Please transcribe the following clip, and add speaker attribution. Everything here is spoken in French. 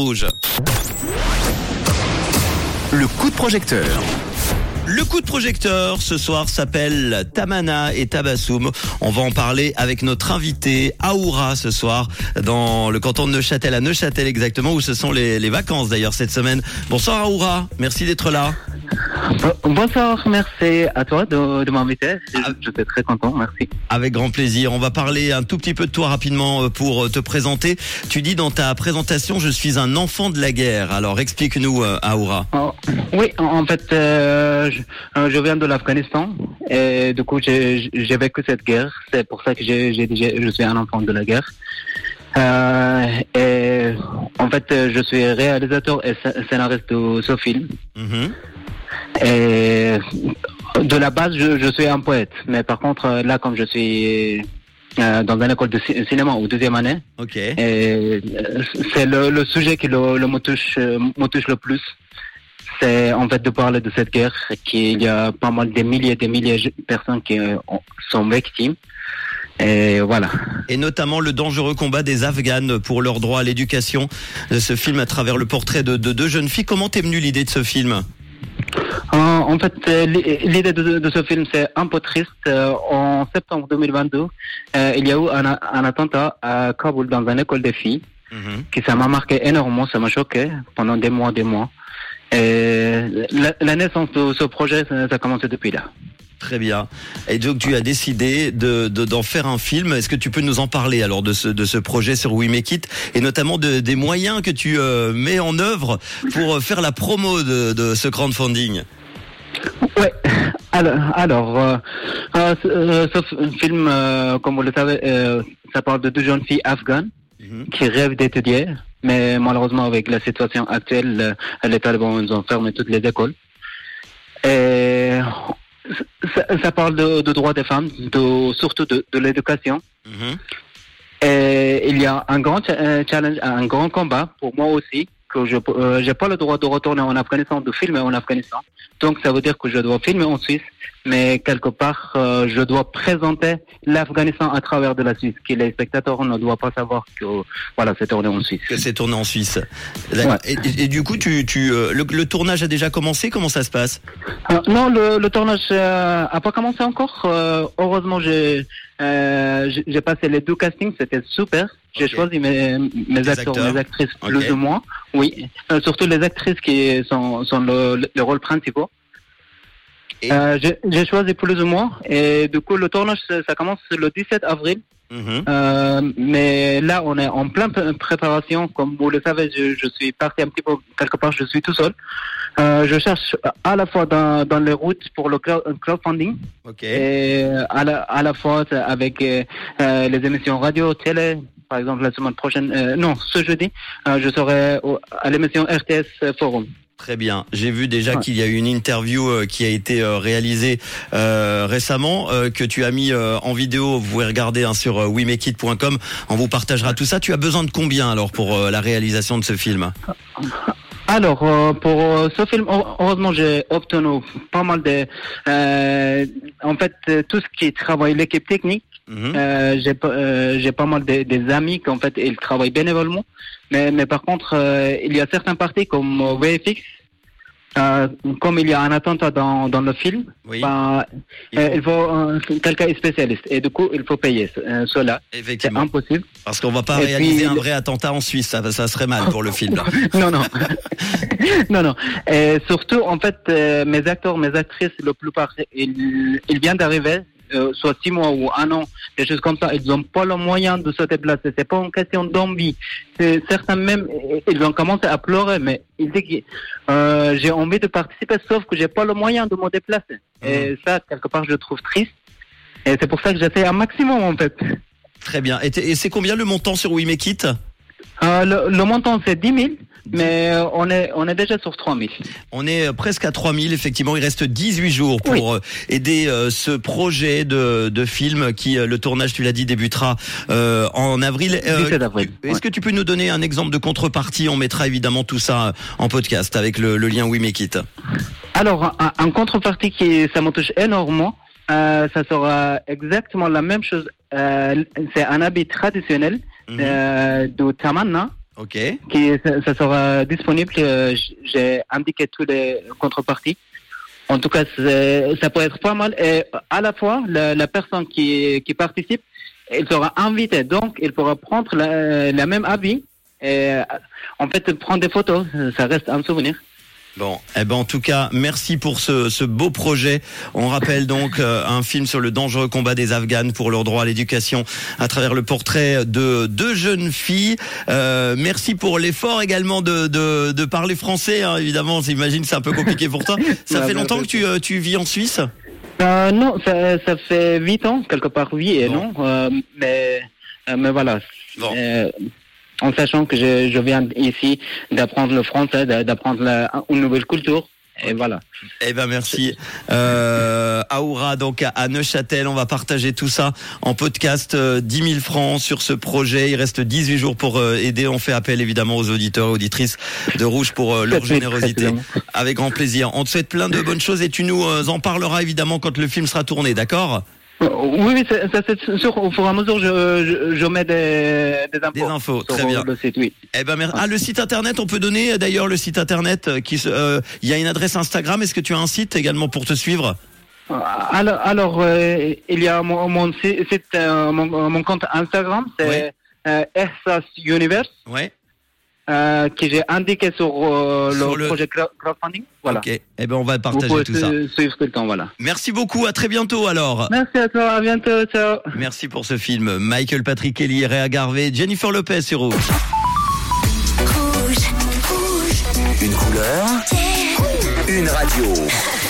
Speaker 1: Rouge.
Speaker 2: Le coup de projecteur.
Speaker 1: Le coup de projecteur ce soir s'appelle Tamana et Tabassoum. On va en parler avec notre invité Aoura ce soir dans le canton de Neuchâtel, à Neuchâtel exactement, où ce sont les vacances d'ailleurs cette semaine. Bonsoir Aoura, merci d'être là.
Speaker 3: Bonsoir, merci à toi de m'inviter. Je suis très content, merci.
Speaker 1: Avec grand plaisir. On va parler un tout petit peu de toi rapidement pour te présenter. Tu dis dans ta présentation, je suis un enfant de la guerre. Alors explique-nous Aoura.
Speaker 3: Oui, en fait, je viens de l'Afghanistan et du coup j'ai vécu cette guerre. C'est pour ça que je suis un enfant de la guerre. Et en fait, je suis réalisateur et scénariste de ce film.
Speaker 1: Mm-hmm.
Speaker 3: Et de la base, je suis un poète. Mais par contre, là, comme je suis dans une école de cinéma ou deuxième année,
Speaker 1: Okay.
Speaker 3: et c'est le sujet qui me touche le plus. C'est en fait de parler de cette guerre, qu'il y a pas mal des milliers de personnes qui sont victimes. Et voilà.
Speaker 1: Et notamment le dangereux combat des Afghanes pour leur droit à l'éducation. Ce film à travers le portrait de deux jeunes filles. Comment t'es venue l'idée de ce film ?
Speaker 3: En fait, l'idée de ce film, c'est un peu triste. En septembre 2022, il y a eu un attentat à Kaboul dans une école de filles, qui ça m'a marqué énormément, ça m'a choqué pendant des mois. Et la naissance de ce projet, ça a commencé depuis là.
Speaker 1: Très bien. Et donc tu as décidé d'en faire un film. Est-ce que tu peux nous en parler alors de ce projet sur We Make It et notamment des moyens que tu mets en œuvre pour faire la promo de ce crowdfunding?
Speaker 3: Ouais. Alors, ce film, comme vous le savez, ça parle de deux jeunes filles afghanes qui rêvent d'étudier, mais malheureusement avec la situation actuelle, les talibans ils ont fermé toutes les écoles. Et ça parle de droits des femmes, surtout de l'éducation. Et il y a un grand challenge, un grand combat pour moi aussi, que j'ai pas le droit de retourner en Afghanistan, de filmer en Afghanistan. Donc ça veut dire que je dois filmer en Suisse, mais quelque part je dois présenter l'Afghanistan à travers de la Suisse, que les spectateurs ne doivent pas savoir que voilà, c'est tourné en Suisse.
Speaker 1: Que c'est tourné en Suisse. Ouais. Et du coup, le tournage a déjà commencé. Comment ça se passe?
Speaker 3: Non, le tournage a pas commencé encore. Heureusement, j'ai passé les deux castings, c'était super. J'ai choisi mes acteurs, mes actrices plus ou moins. Oui, surtout les actrices qui sont le rôle principal. J'ai choisi plus ou moins. Et du coup, le tournage, ça commence le 17 avril. Mais là, on est en pleine préparation. Comme vous le savez, je suis parti un petit peu quelque part, je suis tout seul. Je cherche à la fois dans les routes pour le crowdfunding et à la fois avec les émissions radio, télé. Par exemple, la semaine prochaine, ce jeudi, je serai à l'émission RTS Forum.
Speaker 1: Très bien. J'ai vu déjà qu'il y a eu une interview qui a été réalisée récemment, que tu as mis en vidéo. Vous pouvez regarder sur wemakeit.com. On vous partagera tout ça. Tu as besoin de combien alors pour la réalisation de ce film?
Speaker 3: Alors, pour ce film, heureusement, j'ai obtenu pas mal en fait, tout ce qui travaille l'équipe technique. J'ai pas mal des amis qui en fait ils travaillent bénévolement, mais par contre il y a certaines parties comme VFX, comme il y a un attentat dans le film, il faut quelqu'un spécialiste et du coup il faut payer cela. C'est impossible.
Speaker 1: Parce qu'on va pas réaliser un vrai attentat en Suisse, ça serait mal pour le film. Là.
Speaker 3: non. Et surtout en fait mes acteurs, mes actrices, la plupart ils viennent d'arriver. Soit 6 mois ou 1 an, des choses comme ça, ils n'ont pas le moyen de se déplacer. C'est pas une question d'envie. Certains même, ils ont commencé à pleurer, mais ils disent que j'ai envie de participer, sauf que j'ai pas le moyen de me déplacer. Et ça, quelque part, je le trouve triste. Et c'est pour ça que j'essaie un maximum, en fait.
Speaker 1: Très bien. Et c'est combien le montant sur We Make It?
Speaker 3: Le montant, c'est 10 000. Mais on est déjà sur 3 000.
Speaker 1: On est presque à 3 000, effectivement. Il reste 18 jours pour aider ce projet de film qui, le tournage, tu l'as dit, débutera en avril.
Speaker 3: 17 avril.
Speaker 1: Est-ce que tu peux nous donner un exemple de contrepartie? On mettra évidemment tout ça en podcast avec le lien We Make It.
Speaker 3: Alors, un contrepartie ça me touche énormément. Ça sera exactement la même chose. C'est un habit traditionnel de Tamana.
Speaker 1: Ok.
Speaker 3: Ça sera disponible. J'ai indiqué tous les contreparties. En tout cas, ça peut être pas mal. Et à la fois, la personne qui participe, elle sera invitée. Donc, elle pourra prendre la même avis et en fait prendre des photos. Ça reste un souvenir.
Speaker 1: Bon, en tout cas, merci pour ce beau projet. On rappelle donc un film sur le dangereux combat des Afghans pour leur droit à l'éducation à travers le portrait de 2 jeunes filles. Merci pour l'effort également de parler français. Hein, évidemment, j'imagine c'est un peu compliqué pour toi. Ça fait longtemps que tu vis en Suisse ?
Speaker 3: Non, ça fait 8 ans, quelque part oui et non. Mais voilà.
Speaker 1: Bon.
Speaker 3: En sachant que je viens ici d'apprendre le français, d'apprendre une nouvelle culture, et voilà.
Speaker 1: Merci. Aoura, donc à Neuchâtel, on va partager tout ça en podcast. 10 000 francs sur ce projet. Il reste 18 jours pour aider. On fait appel évidemment aux auditeurs et auditrices de Rouge pour leur générosité. Avec grand plaisir. On te souhaite plein de bonnes choses et tu nous en parleras évidemment quand le film sera tourné, d'accord ?
Speaker 3: Oui, ça c'est sûr. Au fur et à mesure, je mets des infos.
Speaker 1: Des infos, très bien.
Speaker 3: Le site, oui.
Speaker 1: Le site internet, on peut donner d'ailleurs le site internet. Il y a une adresse Instagram. Est-ce que tu as un site également pour te suivre ?
Speaker 3: Alors, il y a mon site, mon compte Instagram, c'est Ehsas Universe.
Speaker 1: Ouais.
Speaker 3: Que j'ai indiqué sur le projet crowdfunding. Voilà.
Speaker 1: Ok. On va partager tout ça.
Speaker 3: Suivre tout le temps, voilà.
Speaker 1: Merci beaucoup. À très bientôt alors.
Speaker 3: Merci à toi. À bientôt. Ciao.
Speaker 1: Merci pour ce film. Michael Patrick Kelly, Réa Garvey, Jennifer Lopez sur Rouge.
Speaker 2: Rouge. Une couleur. Une radio.